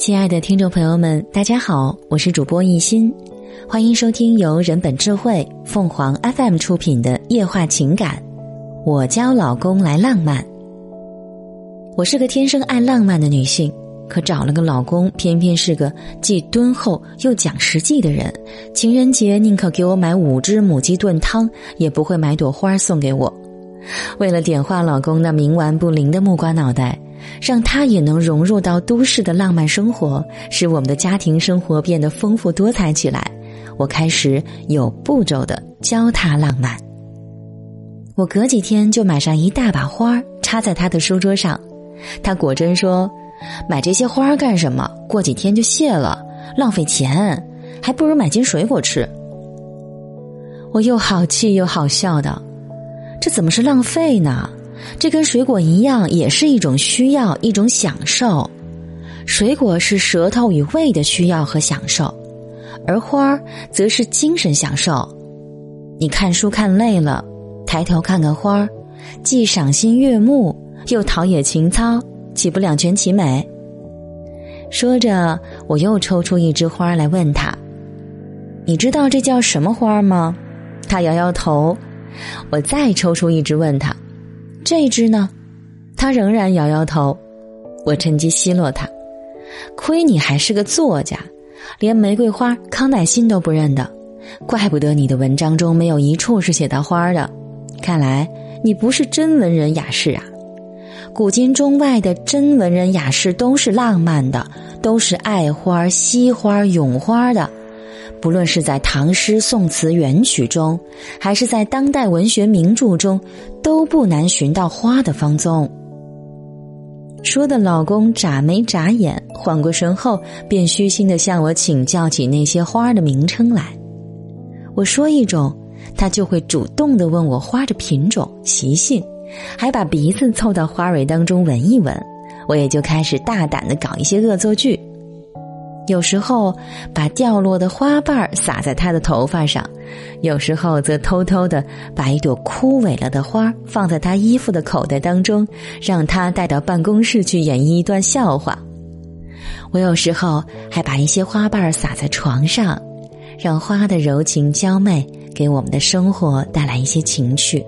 亲爱的听众朋友们，大家好，我是主播一心，欢迎收听由人本智慧凤凰 FM 出品的夜话情感，我教老公来浪漫。我是个天生爱浪漫的女性，可找了个老公偏偏是个既敦厚又讲实际的人，情人节宁可给我买5只母鸡炖汤，也不会买朵花送给我。为了点化老公那冥顽不灵的木瓜脑袋，让他也能融入到都市的浪漫生活，使我们的家庭生活变得丰富多彩起来，我开始有步骤地教他浪漫。我隔几天就买上一大把花插在他的书桌上，他果真说，买这些花干什么？过几天就谢了，浪费钱，还不如买斤水果吃。我又好气又好笑的，这怎么是浪费呢？这跟水果一样，也是一种需要，一种享受。水果是舌头与胃的需要和享受，而花则是精神享受。你看书看累了，抬头看看花，既赏心悦目，又陶冶情操，岂不两全其美？说着，我又抽出一枝花来问他，你知道这叫什么花吗？他摇摇头。我再抽出一枝问他，这只呢？他仍然摇摇头。我趁机奚落他，亏你还是个作家，连玫瑰花康乃馨都不认得，怪不得你的文章中没有一处是写到花的，看来你不是真文人雅士啊。古今中外的真文人雅士都是浪漫的，都是爱花惜花咏花的，不论是在唐诗宋词元曲中，还是在当代文学名著中，都不难寻到花的芳踪。说的老公眨眉眨眼，缓过神后便虚心地向我请教起那些花的名称来。我说一种，他就会主动地问我花的品种习性，还把鼻子凑到花蕊当中闻一闻，我也就开始大胆地搞一些恶作剧。有时候把掉落的花瓣撒在他的头发上，有时候则偷偷地把一朵枯萎了的花放在他衣服的口袋当中，让他带到办公室去演绎一段笑话。我有时候还把一些花瓣撒在床上，让花的柔情娇媚给我们的生活带来一些情趣。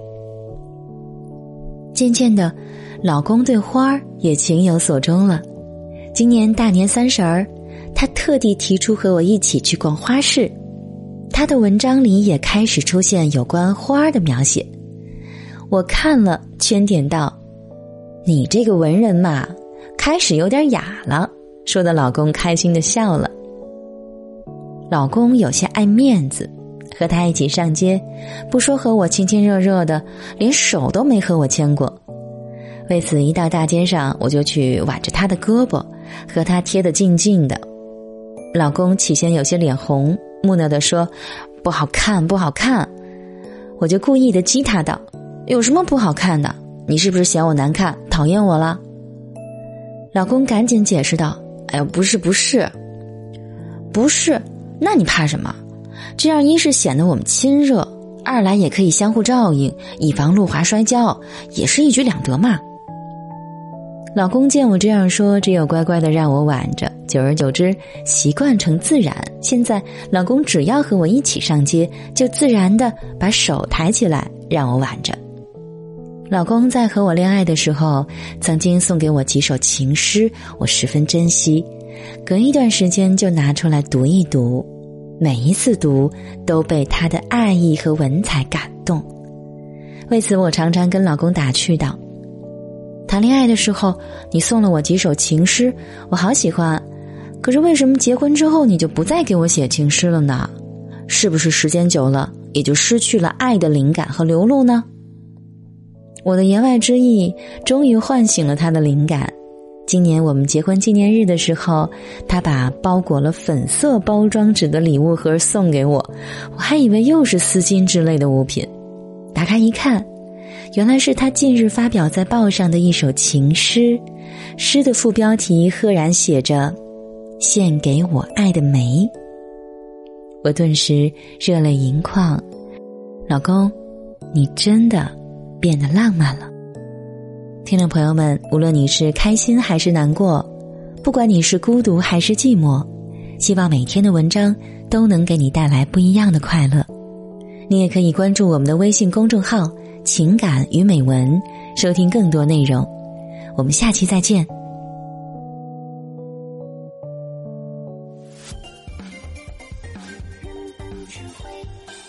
渐渐的，老公对花也情有所钟了。今年大年30，他特地提出和我一起去逛花市，他的文章里也开始出现有关花的描写。我看了圈点道，你这个文人嘛，开始有点哑了，说的老公开心地笑了。老公有些爱面子，和他一起上街，不说和我亲亲热热的，连手都没和我牵过。为此一到大街上，我就去挽着他的胳膊，和他贴得近近的。老公起先有些脸红，木讷地说，不好看不好看。我就故意地激他道，有什么不好看的？你是不是嫌我难看，讨厌我了？老公赶紧解释道，哎呦，不是，那你怕什么？这样一是显得我们亲热，二来也可以相互照应，以防路滑摔跤，也是一举两得嘛。老公见我这样说，只有乖乖地让我挽着，久而久之习惯成自然。现在老公只要和我一起上街，就自然地把手抬起来让我挽着。老公在和我恋爱的时候，曾经送给我几首情诗，我十分珍惜，隔一段时间就拿出来读一读，每一次读都被他的爱意和文采感动。为此我常常跟老公打趣道，谈恋爱的时候你送了我几首情诗，我好喜欢，可是为什么结婚之后你就不再给我写情诗了呢？是不是时间久了也就失去了爱的灵感和流露呢？我的言外之意终于唤醒了他的灵感。今年我们结婚纪念日的时候，他把包裹了粉色包装纸的礼物盒送给我，我还以为又是丝巾之类的物品，打开一看，原来是他近日发表在报上的一首情诗，诗的副标题赫然写着献给我爱的梅。我顿时热泪盈眶，老公，你真的变得浪漫了。听众朋友们，无论你是开心还是难过， 不管你是孤独还是寂寞，希望每天的文章都能给你带来不一样的快乐。你也可以关注我们的微信公众号情感与美文，收听更多内容。我们下期再见。人本智慧